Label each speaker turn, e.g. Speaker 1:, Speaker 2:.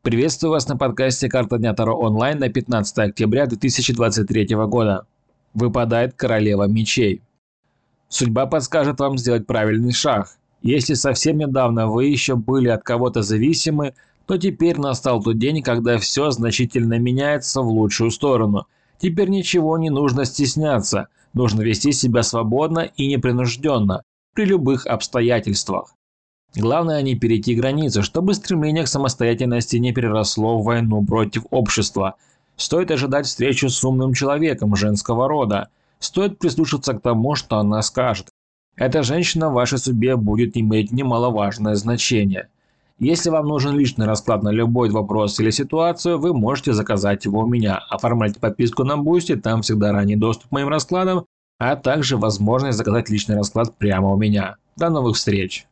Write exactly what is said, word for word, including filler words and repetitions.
Speaker 1: Приветствую вас на подкасте «Карта дня Таро онлайн» на пятнадцатое октября две тысячи двадцать третьего года. Выпадает королева мечей. Судьба подскажет вам сделать правильный шаг. Если совсем недавно вы еще были от кого-то зависимы, то теперь настал тот день, когда все значительно меняется в лучшую сторону. Теперь ничего не нужно стесняться, нужно вести себя свободно и непринужденно, при любых обстоятельствах. Главное не перейти границы, чтобы стремление к самостоятельности не переросло в войну против общества. Стоит ожидать встречу с умным человеком женского рода. Стоит прислушаться к тому, что она скажет. Эта женщина в вашей судьбе будет иметь немаловажное значение. Если вам нужен личный расклад на любой вопрос или ситуацию, вы можете заказать его у меня. Оформляйте подписку на Boosty, там всегда ранний доступ к моим раскладам, а также возможность заказать личный расклад прямо у меня. До новых встреч!